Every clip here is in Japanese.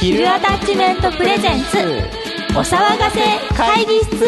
ヒルアタッチメントプレゼンツお騒がせ会議室。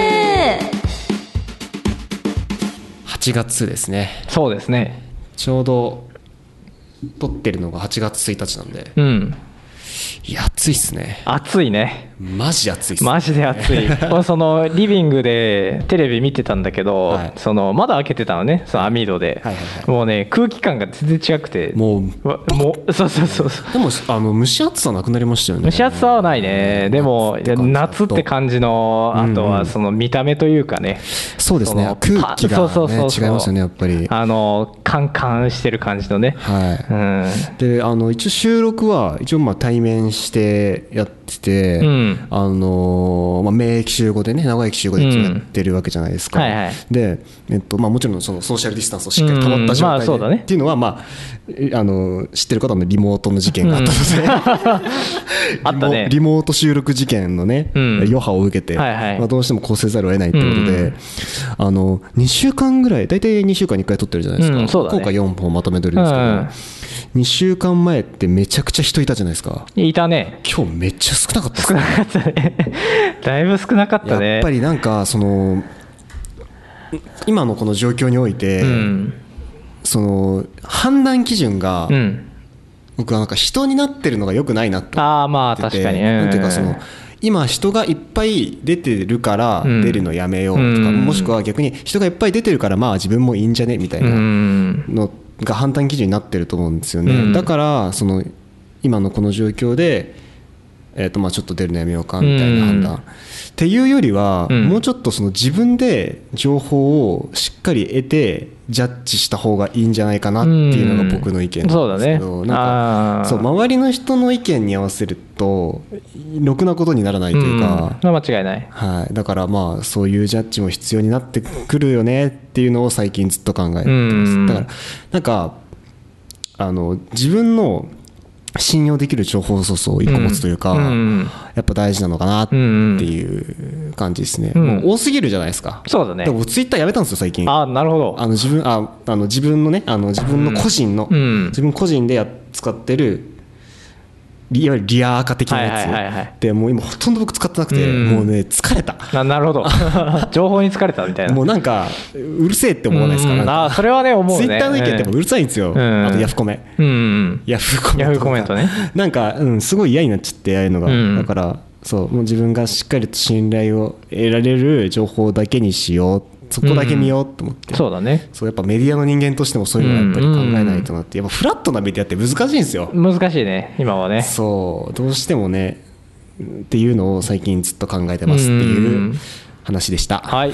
8月ですね。 そうですね。 ちょうど撮ってるのが8月1日なんで、 うん。 いや暑いっすね。 暑いね。 マジ暑いっすね。 マジで暑い。そのリビングでテレビ見てたんだけど、 はい、 その窓開けてたのね、その網戸で、 はいはいはい、 もうね空気感が全然違くて、もうそうでも蒸し暑さなくなりましたよね。 蒸し暑さはないね。でも夏って感じの、あとはその見た目というかね、 そうですね、空気が、ね、違いますよねやっぱり。 カンカンしてる感じのね、 はい、で一応収録は一応対面してやってて、名駅集合でね、名古屋駅集合でやってるわけじゃないですか。はいはい、で、もちろんそのソーシャルディスタンスをしっかり保った状態で、っていうのは、知ってる方もリモートの事件があったので、リモート収録事件のね、余波を受けて、どうしてもこうせざるを得ないということで、2週間ぐらい、大体2週間に1回撮ってるじゃないですか。今回4本まとめ撮りですけど、2週間前ってめちゃくちゃ人いたじゃないですか。 いたね。 今日めっちゃ少なかったですね。少なかったね。だいぶ少なかったね。 やっぱりなんかその今のこの状況において、その判断基準が、僕はなんか人になってるのが良くないなって思ってて。 まあ確かに。 なんていうかその今人がいっぱい出てるから出るのやめようとか、もしくは逆に人がいっぱい出てるから自分もいいんじゃねみたいなのが判断基準になってると思うんですよね。だからその今のこの状況で、ちょっと出るのやめようかみたいな判断っていうよりは、もうちょっとその自分で情報をしっかり得てジャッジした方がいいんじゃないかなっていうのが僕の意見なんですけど、なんかそう周りの人の意見に合わせるとろくなことにならないというか、 間違いない、 はい、だからそういうジャッジも必要になってくるよねっていうのを最近ずっと考えてます。だからなんか自分の信用できる情報ソースを1個持つというか、やっぱ大事なのかなっていう感じですね。もう多すぎるじゃないですか。 そうだね。 でもツイッターやめたんですよ最近。 なるほど。 自分のね、自分の個人の、自分個人で使ってるいわゆるリアーカ的なやつで、もう今ほとんど僕使ってなくて、もうね疲れた。 なるほど。情報に疲れたみたいな。 もうなんかうるせえって思わないですか。 それはね思うね。 ツイッターの意見ってうるさいんですよ。あとヤフコメ、ヤフコメントね。なんかすごい嫌になっちゃって、ああいうのが。だからもう自分がしっかりと信頼を得られる情報だけにしよう、そこだけ見ようと思って。 そうだね。 やっぱメディアの人間としてもそういうのはやっぱり考えないとなって、やっぱフラットなメディアって難しいんですよ。 難しいね今はね。 そうどうしてもねっていうのを最近ずっと考えてますっていう話でした。 はい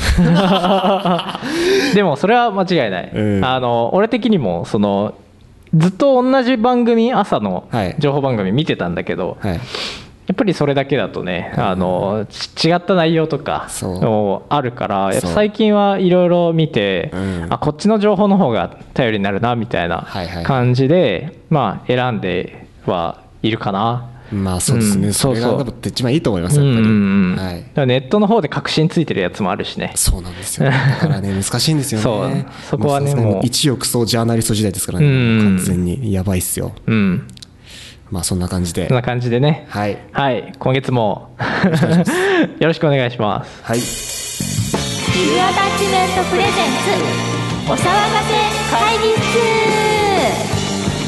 でもそれは間違いない。俺的にもそのずっと同じ番組、朝の情報番組見てたんだけど、やっぱりそれだけだとね、違った内容とかあるから、やっぱ最近はいろいろ見て、こっちの情報の方が頼りになるなみたいな感じで、選んではいるかな。 そうですね。それが一番いいと思います。やっぱり。 ネットの方で確信ついてるやつもあるしね。 そうなんですよ。だからね難しいんですよね。 そこはねもう一億総ジャーナリスト時代ですからね。完全にやばいっすよ。そんな感じで。 そんな感じでね。 はい。 今月もよろしくお願いします。 はい。 ヒルアタッチメントプレゼンツお騒がせ会議室。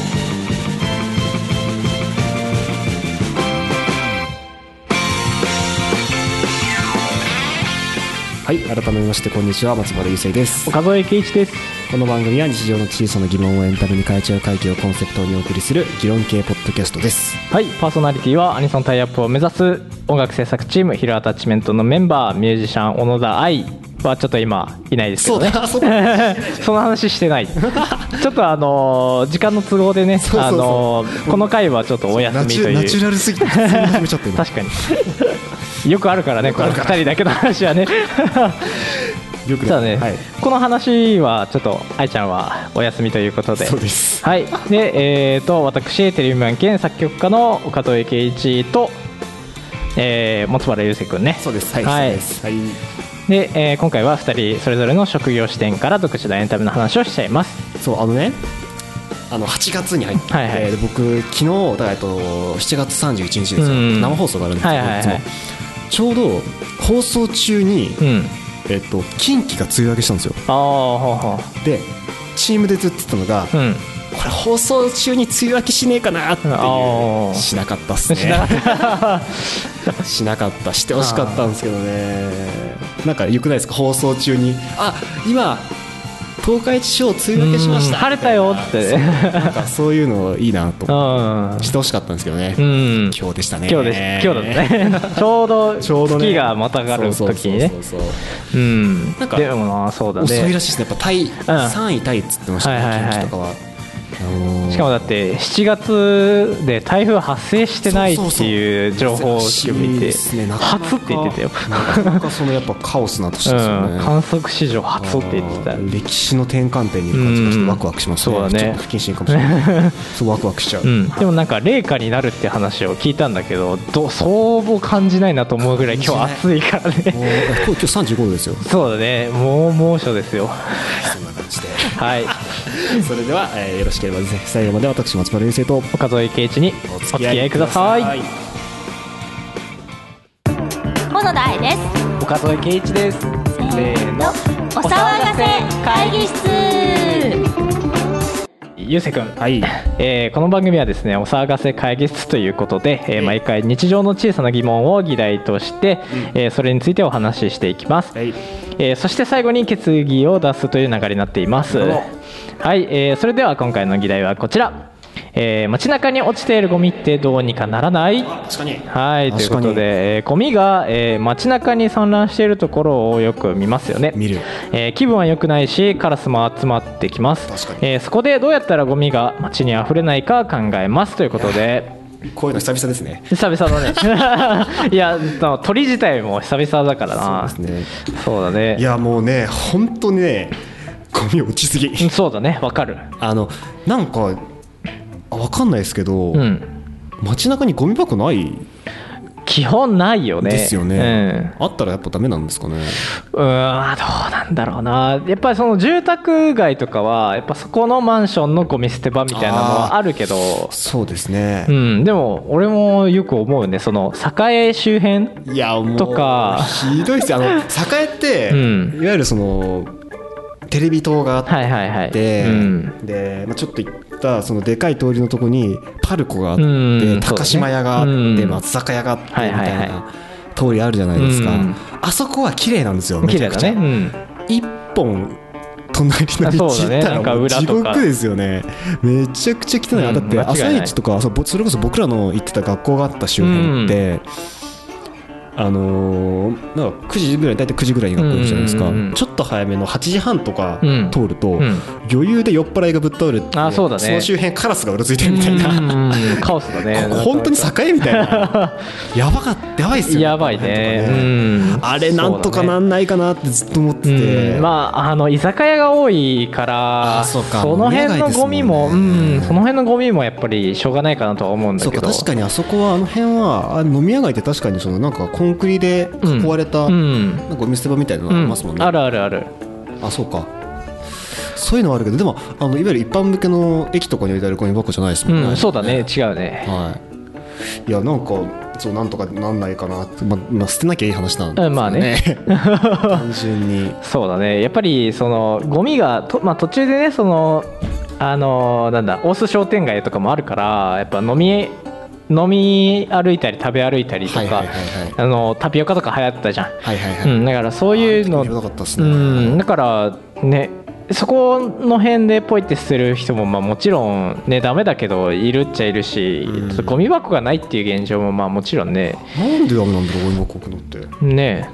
はい、改めましてこんにちは、松原優生です。 岡添圭一です。 この番組は日常の小さな疑問をエンタメに変えちゃう会議をコンセプトにお送りする議論系ポッドキャストです。 はい、パーソナリティはアニソンタイアップを目指す音楽制作チームヒルアタッチメントのメンバー、ミュージシャン小野田愛はちょっと今いないですけどね。その話してないちょっと時間の都合でね、この回はちょっとお休みという。 ナチュラルすぎて普通に始めちゃってる確かによくあるからね、この2人だけの話はねよくね、この話はちょっと愛ちゃんはお休みということで。 そうです。 はい。で、私テレビマン兼作曲家の岡戸圭一と、松原優生君ね。 そうです。はい。 で、今回は2人それぞれの職業視点から独自のエンタメの話をしちゃいます。 そう 8月に入って、で僕昨日だから7月31日ですよ、生放送があるんですけど、いつもちょうど放送中に、近畿が梅雨明けしたんですよ。でチームでずっと言ってたのが、これ放送中に梅雨明けしねえかなっていう。しなかったっすね。しなかった。してほしかったんですけどね。なんかよくないですか、放送中に今東海地方梅雨明けしました、 晴れたよってなんかそういうのいいなとしてほしかったんですけどね。今日でしたね。 今日だねちょうど月がまたがる時にね。なんかでもな、そうだね、 遅いらしいですね。やっぱ3位タイっつってましたね、近畿とかは。 しかもだって7月で台風発生してないっていう情報を見て初って言ってたよ。 なかなかやっぱカオスな年ですよね。 観測史上初って言ってた。 歴史の転換点にいる感じがしてワクワクしますね。そうだね。ちょっと不謹慎かもしれないそうワクワクしちゃう。 でもなんか冷夏になるって話を聞いたんだけど、そう感じないなと思うぐらい今日暑いからね。 今日35度ですよ。 そうだね、もう猛暑ですよ。 そんな感じではいそれでは、よろしければですね、最後まで私松丸優生と岡添圭一にお付き合いください。 小野大です。 岡添圭一です。せーの、 お騒がせ会議室。 ゆうせくん、この番組はですね、お騒がせ会議室ということで、毎回日常の小さな疑問を議題として、それについてお話ししていきます。そして最後に決議を出すという流れになっています。はい、それでは今回の議題はこちら。街中に落ちているゴミってどうにかならない？ 確かに。 はい、ということで、ゴミが、街中に散乱しているところをよく見ますよね。 見る。 気分は良くないし、カラスも集まってきます。 確かに。 そこでどうやったらゴミが街に溢れないか考えますということで。 こういうの久々ですね。 久々だね。いや、鳥自体も久々だからな。 そうですね。 そうだね。 いやもうね、本当にね、ゴミ落ちすぎ。 そうだね、わかる。 なんかわかんないですけど、街中にゴミ箱ない？ 基本ないよね。 ですよね。あったらやっぱダメなんですかね。 どうなんだろうな。やっぱりその住宅街とかはやっぱそこのマンションのゴミ捨て場みたいなのはあるけど。 そうですね。 でも俺もよく思うね。その栄周辺とか。 ひどいですよ。栄って、いわゆるそのテレビ塔があって、で、ちょっと行ったそのでかい通りのとこにパルコがあって、高島屋があって、松坂屋があってみたいな通りあるじゃないですか。あそこは綺麗なんですよ。めちゃくちゃ。一本隣の道行ったらもう地獄ですよね。めちゃくちゃ汚い。だって朝市とかそれこそ僕らの行ってた学校があった周辺って。なんか9時ぐらい、大体9時ぐらいに学校行くじゃないですか。ちょっと早めの8時半とか通ると、余裕で酔っ払いがぶっ倒れて、その周辺カラスがうろついてるみたいな、 カオスだね。 本当に栄みたいな。やばいっすよね。 やばいね。 あれなんとかなんないかなってずっと思ってて、 居酒屋が多いから、その辺のゴミも、その辺のゴミもやっぱりしょうがないかなとは思うんだけど。 確かにあそこは、あの辺は飲み屋街って確かにそのなんかコンクリで囲われたゴミ捨て場みたいなのありますもんね。 あるあるある。 そうか。そういうのはあるけど、でもいわゆる一般向けの駅とかに置いてあるゴミ箱じゃないですもんね。 そうだね、違うね。 いや、なんかなんとかなんないかなって、捨てなきゃいい話なんですよね。単純に。 そうだね。やっぱりそのゴミが途中でね、その大須商店街とかもあるから、やっぱ飲み歩いたり食べ歩いたりとか、タピオカとか流行ってたじゃん。だからそういうの、だからね、そこの辺でポイって捨てる人ももちろんねダメだけどいるっちゃいるし、ゴミ箱がないっていう現状ももちろんね。 なんでダメなんだろう、ゴミ箱置くのってね。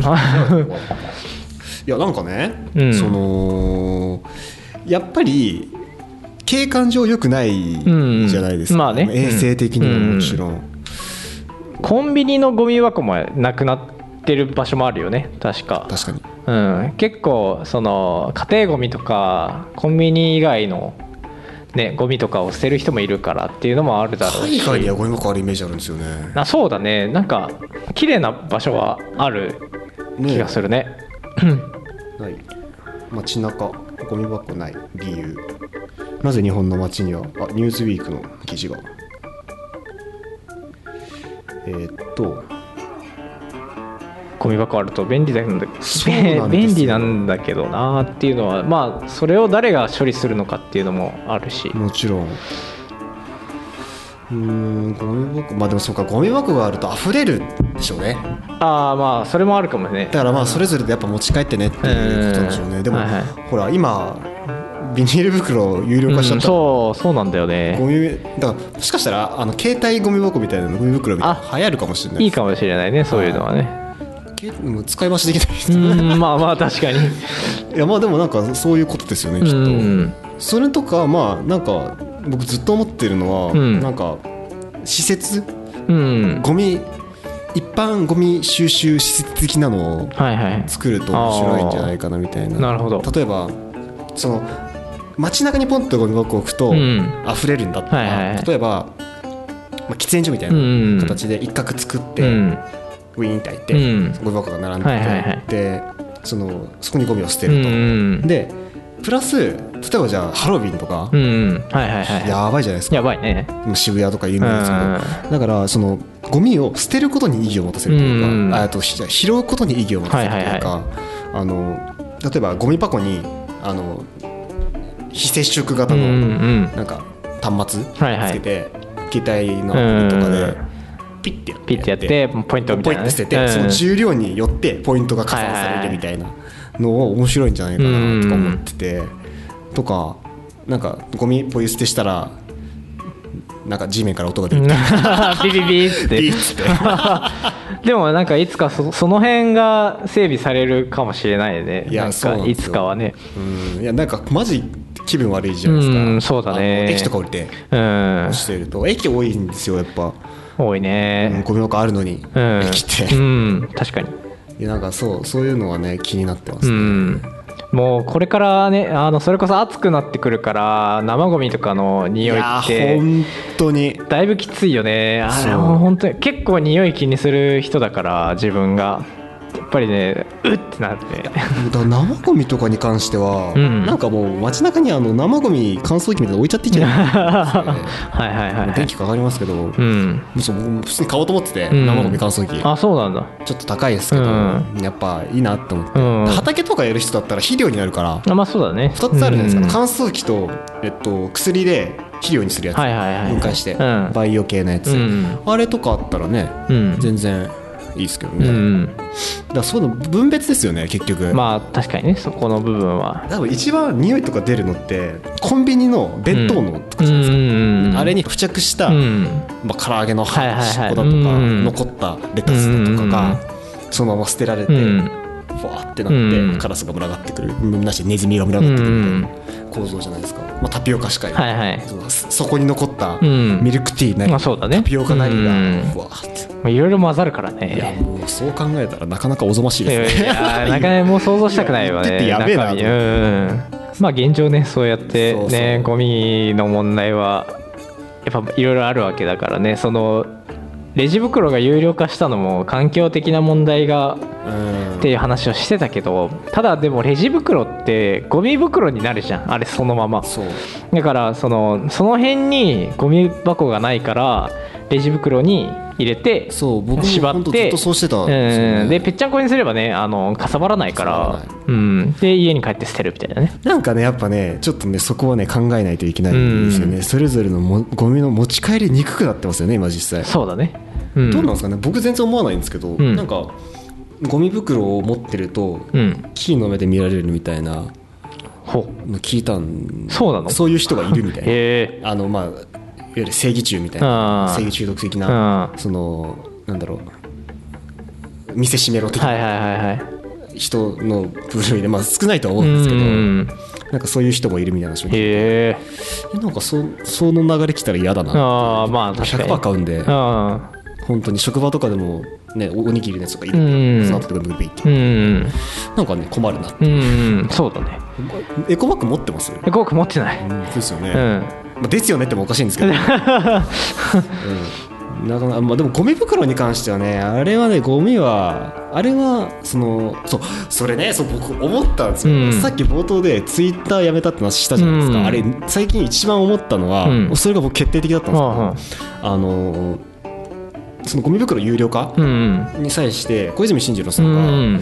いや、なんかね、そのやっぱり景観上良くないじゃないですか。衛生的にももちろん。 コンビニのゴミ箱もなくなってる場所もあるよね、確かに。結構その家庭ゴミとかコンビニ以外のねゴミとかを捨てる人もいるからっていうのもあるだろうし。 海外にはゴミ箱あるイメージあるんですよね。 そうだね。なんか綺麗な場所はある気がするね。 ない。街中ゴミ箱ない理由。 なぜ日本の街にはニューズウィークの記事がゴミ箱あると便利なんだ便利なんだけどなっていうのは、まあそれを誰が処理するのかっていうのもあるし、 もちろんゴミ箱、まあでもそうか、ゴミ箱があると溢れるでしょうね。 ああ、まあそれもあるかもね。 だからまあそれぞれでやっぱ持ち帰ってねっていうことでしょうね。でも、はいはい、ほら今ビニール袋有料化しちゃった、 そうなんだよね。 だからもしかしたら携帯ゴミ箱みたいなゴミ袋みたいな流行るかもしれない。 いいかもしれないね、そういうのはね。 使い回しできない人まあまあ確かに。 いやまあでもなんかそういうことですよね、きっと。それとかまあなんか僕ずっと思ってるのは、なんか施設、ゴミ一般ゴミ収集施設的なのを作ると面白いんじゃないかなみたいな。 なるほど。 例えばその街中にポンとゴミ箱を置くと溢れるんだったら、例えば喫煙所みたいな形で一角作って、ウィーンって開いて、ゴミ箱が並んでて、でそこにゴミを捨てると、でプラス例えばじゃあハロウィンとか、やばいじゃないですか。 やばいね。 渋谷とか有名ですけど、だからそのゴミを捨てることに意義を持たせるというか、拾うことに意義を持たせるというか、例えばゴミ箱に非接触型のなんか端末つけて、携帯のアプリとかでピッてやってポイントみたいな、 ポイント捨てて、その重量によってポイントが加算されるみたいなのを面白いんじゃないかなとか思ってて、とかなんかゴミポイ捨てしたらなんか地面から音が出るビビビってでもなんかいつかその辺が整備されるかもしれないね。いつかはね。 いやなんかマジ気分悪いじゃないですか。 そうだね。 駅とか降りて落ちてると、駅多いんですよやっぱ。 多いね。 ゴミ箱あるのに駅って、 確かに。 いやなんかそういうのはね気になってますね。 もうこれからね、それこそ暑くなってくるから生ゴミとかの匂いって本当にだいぶきついよね。もう本当に結構匂い気にする人だから、自分がやっぱりねうってなって。だから生ゴミとかに関しては、なんかもう街中に生ゴミ乾燥機みたいなの置いちゃっていいんじゃないですか。電気かかりますけど、普通に買おうと思ってて、生ゴミ乾燥機。 あ、そうなんだ。 ちょっと高いですけど、やっぱいいなって思って、畑とかやる人だったら肥料になるから。 まあそうだね。 2つあるじゃないですか、乾燥機と薬で肥料にするやつ、分解してバイオ系のやつ、あれとかあったらね、全然いいですけどね。だからそういうの分別ですよね結局。 まあ確かにね、そこの部分は多分一番匂いとか出るのってコンビニの弁当のとかじゃないですか。あれに付着した、唐揚げの端っこだとか残ったレタスだとかがそのまま捨てられて、ふわってなってカラスが群がってくる、なしネズミが群がってくるみたいな構造じゃないですか。タピオカしかり、そこに残ったミルクティーなり、タピオカなりがふわっていろいろ混ざるからね。 いやもうそう考えたらなかなかおぞましいですね。 なかなかもう想像したくないよね。 やべえな。 まあ現状ね、そうやってね、ゴミの問題はやっぱいろいろあるわけだからね。そのレジ袋が有料化したのも環境的な問題がっていう話をしてたけど、ただでもレジ袋ってゴミ袋になるじゃん、あれそのまま。だからその辺にゴミ箱がないからレジ袋に入れて縛ってでぺっちゃんこにすればねかさばらないから、で家に帰って捨てるみたいなね。 なんかねやっぱねちょっとねそこはね考えないといけないんですよね。それぞれのゴミの持ち帰りにくくなってますよね今実際。 そうだね。 どうなんですかね。僕全然思わないんですけど、なんかゴミ袋を持ってるとキーの目で見られるみたいなの聞いたん。 そうなの。 そういう人がいるみたいな。まあいわゆる正義中みたいな、正義中毒的な、そのなんだろう見せしめろ的な人の部類で、まあ少ないとは思うんですけど、なんかそういう人もいるみたいな話を聞いて、なんかその流れ来たら嫌だな。 まあ確かに 100% 買うんで、本当に職場とかでもねおにぎりのやつとかいる、その後でブリブリって、なんかね困るなって。 そうだね。 エコバッグ持ってます？ エコバッグ持ってない。 ですよね。ですよねってもおかしいんですけど、 なかなか、まあ、でもゴミ袋に関してはね、あれはね、ゴミはあれはそれね、僕思ったんですよ、さっき冒頭でツイッターやめたって話したじゃないですか、あれ最近一番思ったのは、それが僕決定的だったんですけど、そのゴミ袋有料化に際して小泉進次郎さんが、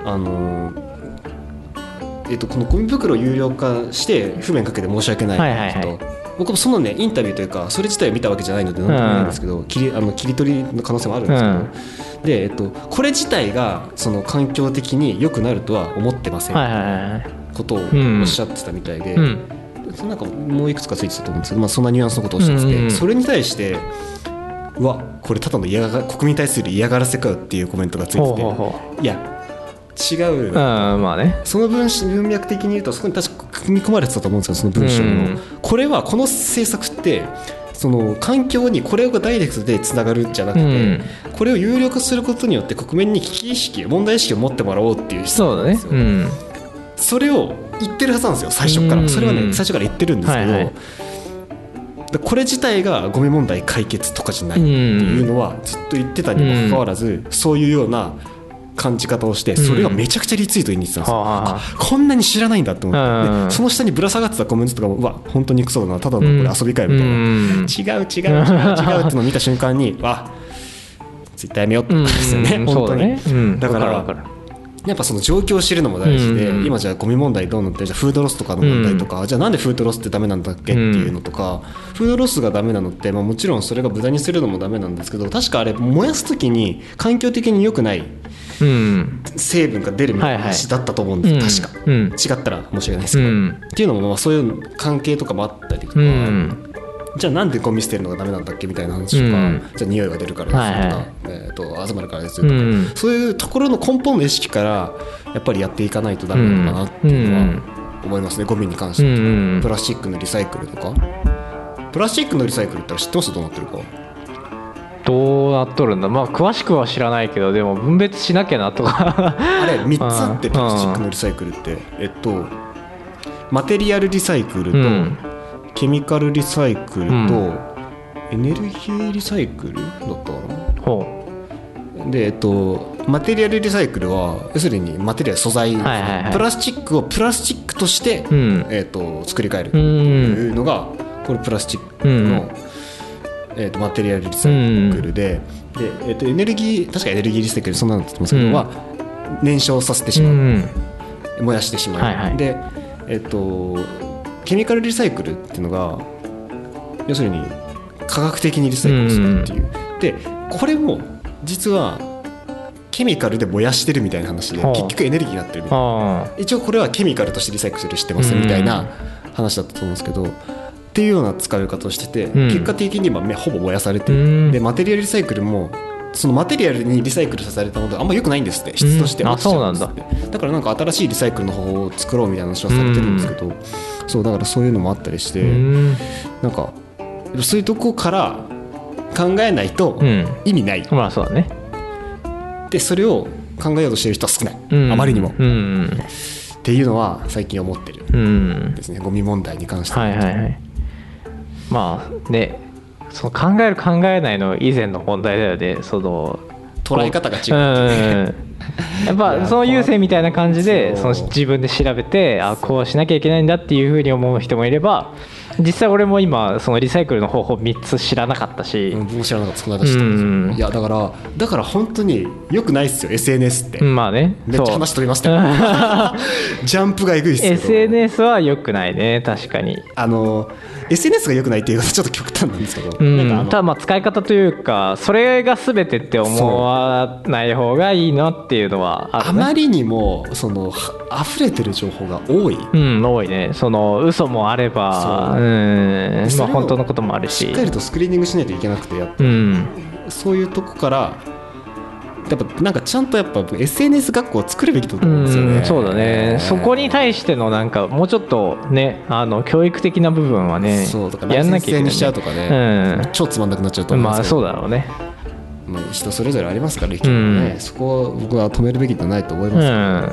このゴミ袋を有料化して不便かけて申し訳ないと、僕もそのねインタビューというかそれ自体を見たわけじゃないので何とも言えないんですけど、切り取りの可能性もあるんですけど、でこれ自体がその環境的に良くなるとは思ってませんことをおっしゃってたみたいで、なんかもういくつかついてたと思うんですけど、そんなニュアンスのことをおっしゃってて、それに対してうわこれただの国民に対する嫌がらせかよっていうコメントがついてて、いや違う、 まあね、 その文脈的に言うとそこに確か組み込まれてたと思うんですよ、その文章の、これはこの政策ってその環境にこれがダイレクトでつながるんじゃなくて、これを有料化することによって国民に危機意識問題意識を持ってもらおうっていう思想なんですよ。それを言ってるはずなんですよ最初から、それはね最初から言ってるんですけど、これ自体がゴミ問題解決とかじゃないっていうのはずっと言ってたにもかかわらず、そういうような感じ方をして、それがめちゃくちゃリツイートに似てたんですよ、こんなに知らないんだと思って、でその下にぶら下がってたコメントとかも、うわ本当にクソだな、ただのこれ遊びかよみたいな、違うっていうのを見た瞬間に、わツイッターやめようって言ったんですよね、本当に。だからやっぱその状況を知るのも大事で、今じゃあゴミ問題どうなってる、じゃあフードロスとかの問題とか、じゃあなんでフードロスってダメなんだっけっていうのとか、フードロスがダメなのって、もちろんそれが無駄にするのもダメなんですけど、確かあれ燃やす時に環境的に良くない成分が出るみたいな話だったと思うんです、確か、違ったら申し訳ないですけど、っていうのもそういう関係とかもあったりとか、じゃあなんでゴミ捨てるのがダメなんだっけみたいな話とか、じゃあ匂いが出るからですとか、集まるからですとか、そういうところの根本の意識からやっぱりやっていかないとダメなのかなっていうのは思いますね、ゴミに関しては。プラスチックのリサイクルとか、プラスチックのリサイクルって知ってます？どうなってるか。 どうなっとるんだ、詳しくは知らないけど、でも分別しなきゃなとかあれ3つあって、プラスチックのリサイクルってマテリアルリサイクルと、ケミカルリサイクルと、エネルギーリサイクルだったかな。でマテリアルリサイクルは要するにマテリアル素材、プラスチックをプラスチックとして、作り変えるというのがこれプラスチックの、マテリアルリサイクルで、エネルギー確かエネルギーリサイクルそんなのって言ってますけど、は燃焼させてしまう、燃やしてしまう、でケミカルリサイクルっていうのが要するに科学的にリサイクルするっていう、でこれも実はケミカルで燃やしてるみたいな話で、結局エネルギーになってるみたいな、一応これはケミカルとしてリサイクルしてますみたいな話だったと思うんですけど、っていうような使い方をしてて、結果的に今ほぼ燃やされてる、でマテリアルリサイクルもそのマテリアルにリサイクルされたものがあんま良くないんですって、質として落ちちゃうんですって。だからなんか新しいリサイクルの方法を作ろうみたいな話はされてるんですけど、そうだからそういうのもあったりして、なんかそういうとこから考えないと意味ない、 そうだね。 でそれを考えようとしてる人は少ない、あまりにも、っていうのは最近思ってるですね、ゴミ問題に関しては。 まあね、その考える考えないの以前の問題だよね、その捉え方が違う、 やっぱその優先みたいな感じでその自分で調べて、こうしなきゃいけないんだっていうふうに思う人もいれば、実際俺も今そのリサイクルの方法3つ知らなかったし、 僕も知らなかった、その間知ったんですよ。いやだから本当に良くないっすよ SNS って。 まあね、 めっちゃ話飛びましたよジャンプがえぐいっすけど SNS は良くないね、確かに。 SNS が良くないっていうのはちょっと極端なんですけど、 ただ使い方というか、それが全てって思わない方がいいなっていうのはあるね。 あまりにもその溢れてる情報が多い、 多いね。その嘘もあれば、本当のこともあるし、 しっかりとスクリーニングしないといけなくて、やっぱそういうとこからやっぱなんかちゃんとやっぱ SNS 学校を作るべきだと思うんですよね。 そうだね。そこに対してのなんかもうちょっとね、教育的な部分はね、 やんなきゃいけない、にしちゃうとかね、超つまんなくなっちゃうと思うんですけど、 そうだろうね。 人それぞれありますから、意見もね、そこを僕は止めるべきではないと思います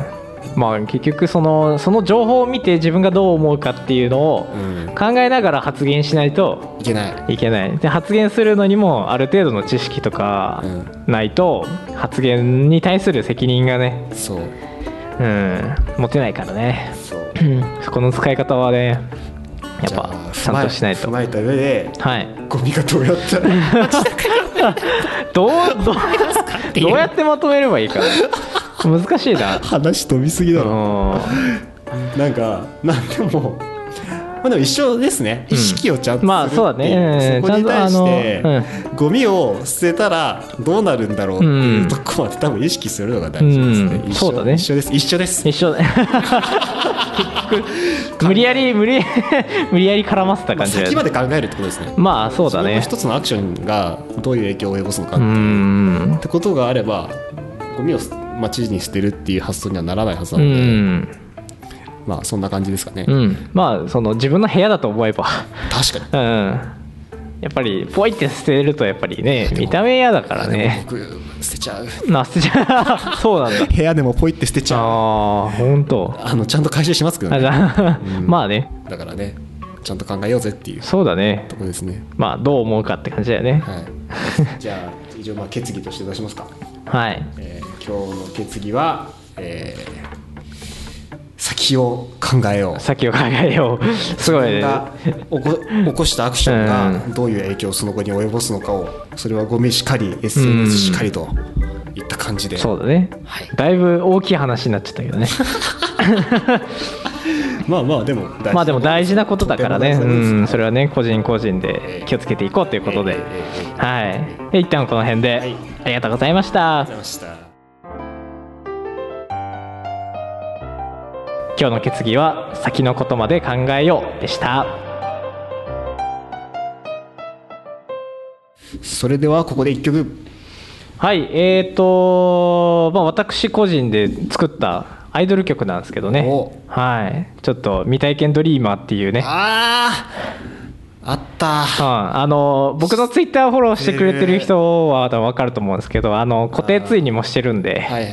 まあ結局その情報を見て自分がどう思うかっていうのを考えながら発言しないといけない。で発言するのにもある程度の知識とかないと発言に対する責任がね、持てないからね。そこの使い方はねやっぱちゃんとしないと。 踏まえた上で、ゴミがどうやったらどうやってまとめればいいか難しいな。 話飛びすぎだろ。なんでもまあでも一緒ですね。意識をちゃんとするっていう、 まあそうだね。 そこに対してゴミを捨てたらどうなるんだろうっていうとこまで多分意識するのが大事ですね。 そうだね。 一緒です。 一緒無理やり絡ませた感じで先まで考えるってことですね。 まあそうだね。 一つのアクションがどういう影響を及ぼすのかってことがあれば、ゴミを街に捨てるっていう発想にはならないはずなので、まあそんな感じですかね。 まあその自分の部屋だと思えば確かに、 やっぱりポイって捨てるとやっぱりね見た目嫌だからね。 僕捨てちゃう。 捨てちゃうそうなんだ。 部屋でもポイって捨てちゃう。 本当。 ちゃんと回収しますけどね。 まあね。 だからねちゃんと考えようぜっていう。 そうだね。 とこですね。 まあどう思うかって感じだよね。 じゃあ以上決議として出しますか。 はい。 今日の決議は、先を考えよう。すごいね。起こしたアクションがどういう影響をその後に及ぼすのかを、それはゴミしかり SNS しかりといった感じで。 そうだね。だいぶ大きい話になっちゃったけどね。 まあでも大事なことだからね。それはね個人個人で気をつけていこうということで、一旦この辺でありがとうございました。今日の決議は先のことまで考えようでした。 それではここで1曲。 はい、私個人で作ったアイドル曲なんですけどね。ちょっと未体験ドリーマーっていうね。 あった、 僕のツイッターフォローしてくれてる人は分かると思うんですけど、固定ツイにもしてるんで、ちょっ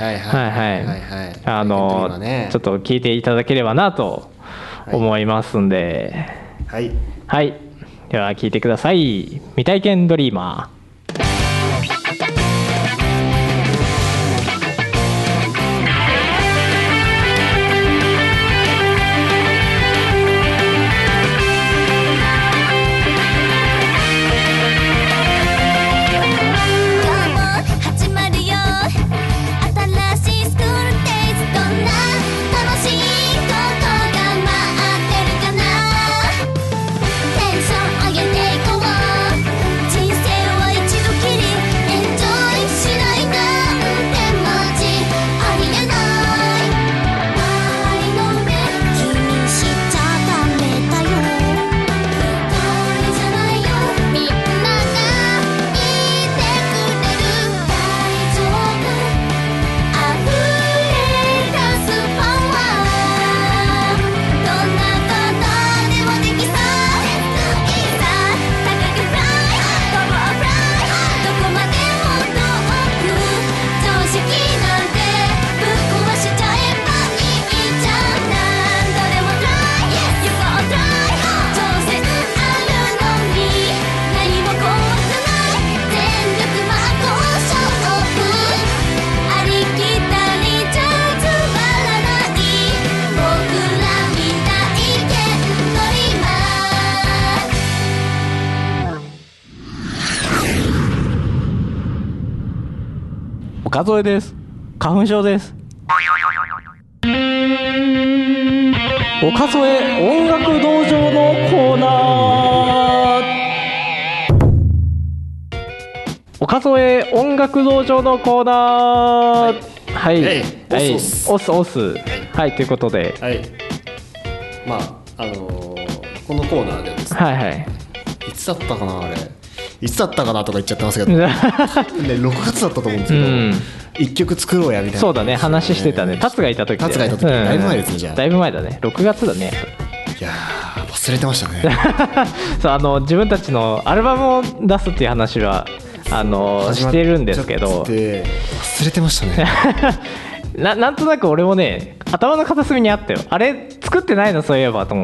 と聞いていただければなと思いますんで、では聞いてください。未体験ドリーマー。岡添です。花粉症です。岡添音楽道場のコーナー。岡添音楽道場のコーナー。オス。ということで、 このコーナーでですね、いつだったかな、いつだったかなとか言っちゃってますけど6月だったと思うんですけど、1曲作ろうやみたいな。 そうだね、話してたね。タツがいた時だいぶ前ですね。じゃあだいぶ前だね。6月だね。 いや忘れてましたね。 そう自分たちのアルバムを出すっていう話はしてるんですけど、 忘れてましたね。 なんとなく俺もね頭の片隅にあったよ。あれ作ってないのそういえばと思って、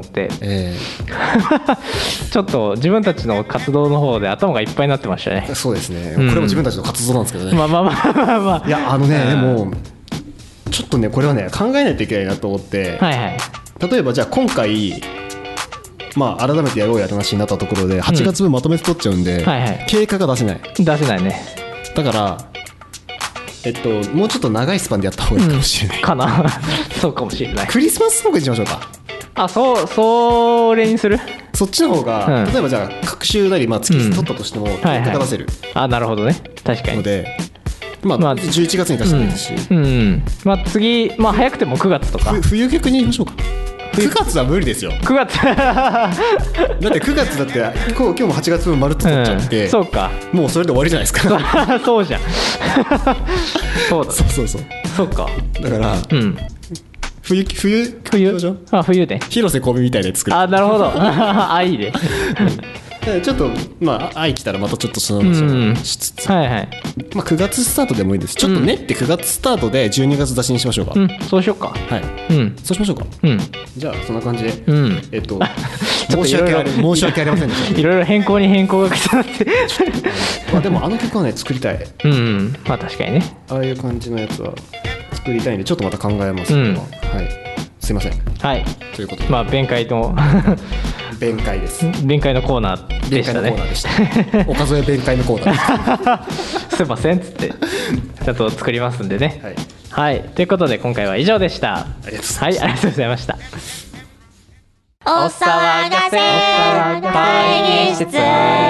ちょっと自分たちの活動の方で頭がいっぱいになってましたね。 そうですね、これも自分たちの活動なんですけどね。 まあまあまあまあまあ、 いやでもちょっとねこれはね考えないといけないなと思って、はいはい、例えばじゃあ今回改めてやろうやって話になったところで8月分まとめて取っちゃうんで、はいはい、経過が出せないね。 だからもうちょっと長いスパンでやった方がいいかもしれない、 かなそうかもしれない。 クリスマスソングにしましょうか。 それにする。 そっちの方が、例えばじゃあ各週なり月取ったとしても結果が出せる、 なるほどね、確かに。 ので11月に出してもいいですし、 次、早くても9月とか冬曲にしましょうか。9月は無理ですよ。 9月だって9月だって今日も8月分まるっと取っちゃって、 そうか、 もうそれで終わりじゃないですか。 そうじゃんそうだ、そうか。 だから、冬で広瀬香美みたいなやつ作る。 なるほどいいねちょっと愛来たらまたちょっとそのしつつ、9月スタートでもいいです。ちょっとねって9月スタートで12月出しにしましょうか。 そうしようか。 はい、そうしましょうか。じゃあそんな感じで、申し訳ありませんでした。 いろいろ変更が重なってでも曲はね作りたい。 確かにね、 ああいう感じのやつは作りたいんで、ちょっとまた考えますけど、すいません。 はい。 ということで、 弁解の弁解です。 弁解のコーナーでしたね。 お数え弁解のコーナーです。 すいませんっつってちゃんと作りますんでね。はい。ということで今回は以上でした。 ありがとうございました。 お騒がせ会議室。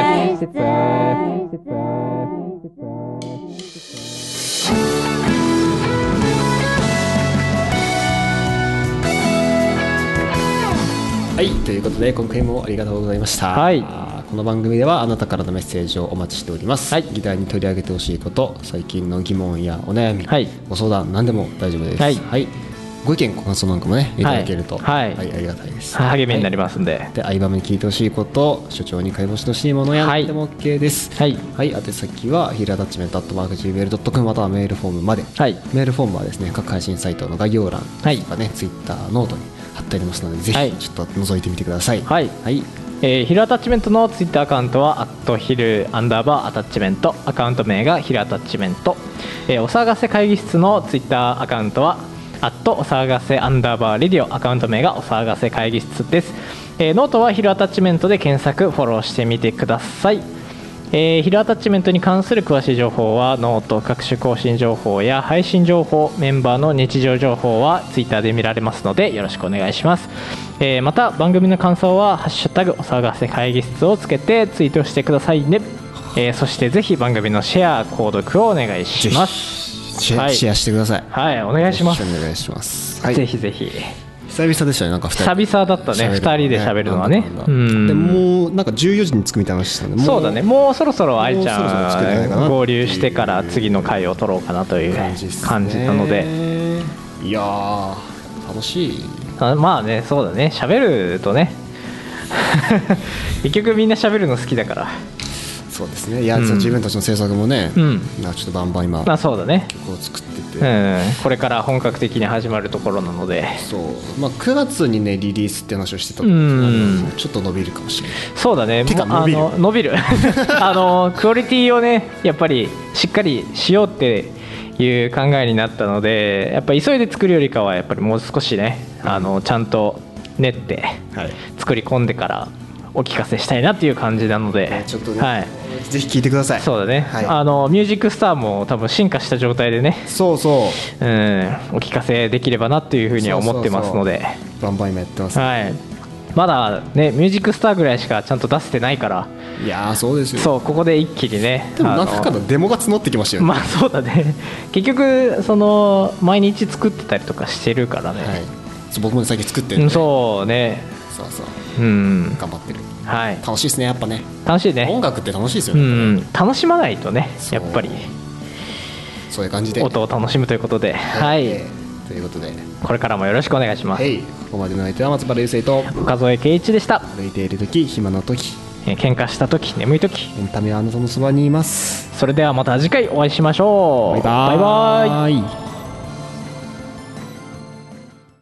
はい、ということで今回もありがとうございました。この番組ではあなたからのメッセージをお待ちしております。議題に取り上げてほしいこと、最近の疑問やお悩み、ご相談何でも大丈夫です。ご意見ご感想なんかもねいただけると、ありがたいです。 励みになりますんで。 で、相葉に聞いてほしいこと、所長に解放してほしいものや何でも OK です。宛先はヒールアタッチメント@gmail.com、またはメールフォームまで。メールフォームはですね、各配信サイトの概要欄とかね、Twitter、ノートに貼ってありますので、ぜひちょっと覗いてみてください。 ヒルアタッチメントのツイッターアカウントはヒルアンダーバーアタッチメント、アカウント名がヒルアタッチメント。お騒がせ会議室のツイッターアカウントはお騒がせアンダーバーレディオ、アカウント名がお騒がせ会議室です。ノートはヒルアタッチメントで検索、フォローしてみてください。ヒルアタッチメントに関する詳しい情報はノート、各種更新情報や配信情報、メンバーの日常情報はツイッターで見られますのでよろしくお願いします。また番組の感想はハッシュタグお騒がせ会議室をつけてツイートしてくださいね。そしてぜひ番組のシェア、購読をお願いします。 シェアしてください。 お願いします。 お願いします。 ぜひぜひ。 久々でしたね、なんか2人。 久々だったね、2人で喋るのはね。 でもうなんか14時に着くみたいな話したんで、 そうだね、もうそろそろ愛ちゃん合流してから次の回を取ろうかなという感じなので。 いやー楽しい。 まあね、そうだね、喋るとね結局みんな喋るの好きだから。 そうですね。いや、自分たちの制作もね、ちょっとバンバン今そうだね、 曲を作ってて、 これから本格的に始まるところなので、 そう、9月にねリリースって話をしてた時ちょっと伸びるかもしれない。 そうだね、伸びるクオリティをねやっぱりしっかりしようっていう考えになったので、やっぱり急いで作るよりかはやっぱりもう少しね、ちゃんと練って作り込んでからお聞かせしたいなっていう感じなので、 ちょっとね、ぜひ聞いてください。 そうだね、ミュージックスターも多分進化した状態でね、 お聞かせできればなっていうふうには思ってますので、 バンバン今やってます。 まだねミュージックスターぐらいしかちゃんと出せてないから。 いやーそうですよ。 そう、ここで一気にね。 でも中からデモが募ってきましたよね。 そうだね、結局その毎日作ってたりとかしてるからね。 僕も最近作ってるんで。 そうね、 頑張ってる。楽しいですね、やっぱね。 楽しいね。 音楽って楽しいですよね。 楽しまないとね、やっぱりそういう感じで音を楽しむということで、 ということでこれからもよろしくお願いします。 ここまでの相手は松原優生と岡添圭一でした。 歩いている時、暇な時、 喧嘩した時、眠い時、 エンタメはあなたのそばにいます。 それではまた次回お会いしましょう。 バイバイ。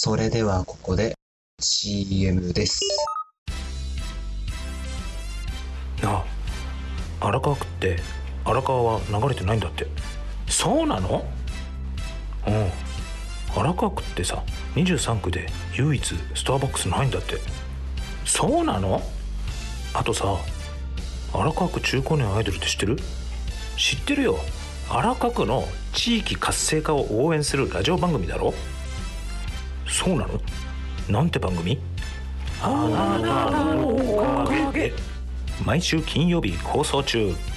それではここで CM です。 なあ、荒川区って荒川は流れてないんだって。そうなの？うん、荒川区ってさ23区で唯一スターバックスないんだって。そうなの？あとさ、荒川区中高年アイドルって知ってる？知ってるよ。荒川区の地域活性化を応援するラジオ番組だろ。そうなの？なんて番組？あなたのおかげ。毎週金曜日放送中。